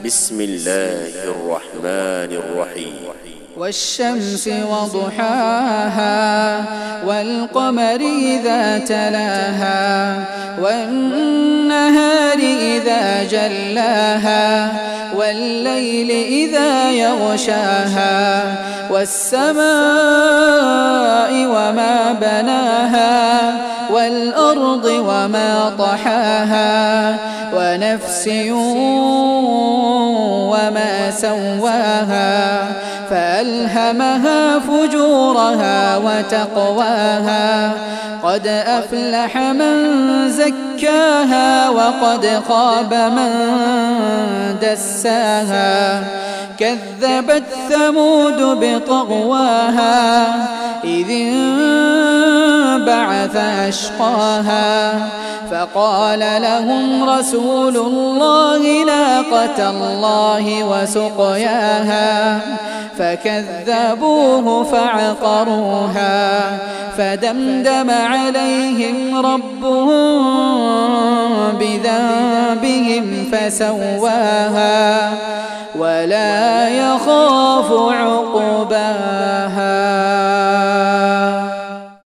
بسم الله الرحمن الرحيم. والشمس وضحاها والقمر إذا تلاها والنهار إذا جلاها والليل إذا يغشاها والسماء وما بناها والأرض وما طحاها ونفس وما سواها فألهمها فجورها وتقواها قد أفلح من زكاها وقد خاب من دساها كذبت ثمود بطغواها إذ انبعث أشقاها فقال لهم رسول الله ناقة الله وسقياها فكذبوه فعقروها فدمدم عليهم ربهم بذنبهم فسواها ولا يخاف عقباها.